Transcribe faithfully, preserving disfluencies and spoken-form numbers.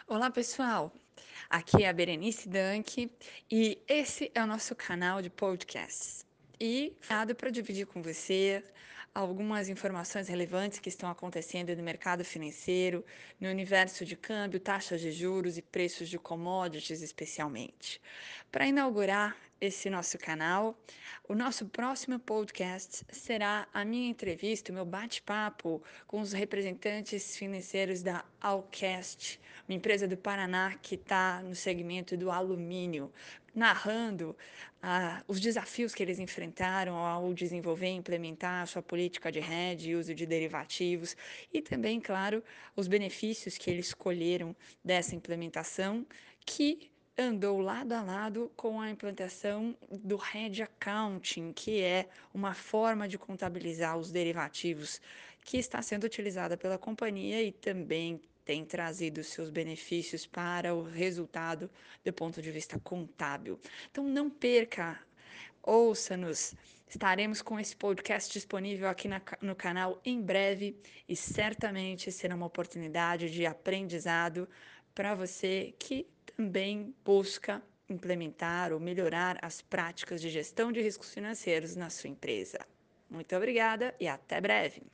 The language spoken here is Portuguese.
Olá, pessoal! Aqui é a Berenice Danck e esse é o nosso canal de podcasts. E nada para dividir com você algumas informações relevantes que estão acontecendo no mercado financeiro, no universo de câmbio, taxas de juros e preços de commodities, especialmente. Para inaugurar esse nosso canal, o nosso próximo podcast será a minha entrevista, o meu bate-papo com os representantes financeiros da Alcast, uma empresa do Paraná que está no segmento do alumínio, narrando ah, os desafios que eles enfrentaram ao desenvolver e implementar a sua política de hedge e uso de derivativos e também, claro, os benefícios que eles escolheram dessa implementação, que andou lado a lado com a implantação do hedge accounting, que é uma forma de contabilizar os derivativos que está sendo utilizada pela companhia e também tem trazido seus benefícios para o resultado do ponto de vista contábil. Então não perca, ouça-nos. Estaremos com esse podcast disponível aqui na, no canal em breve e certamente será uma oportunidade de aprendizado para você que também busca implementar ou melhorar as práticas de gestão de riscos financeiros na sua empresa. Muito obrigada e até breve!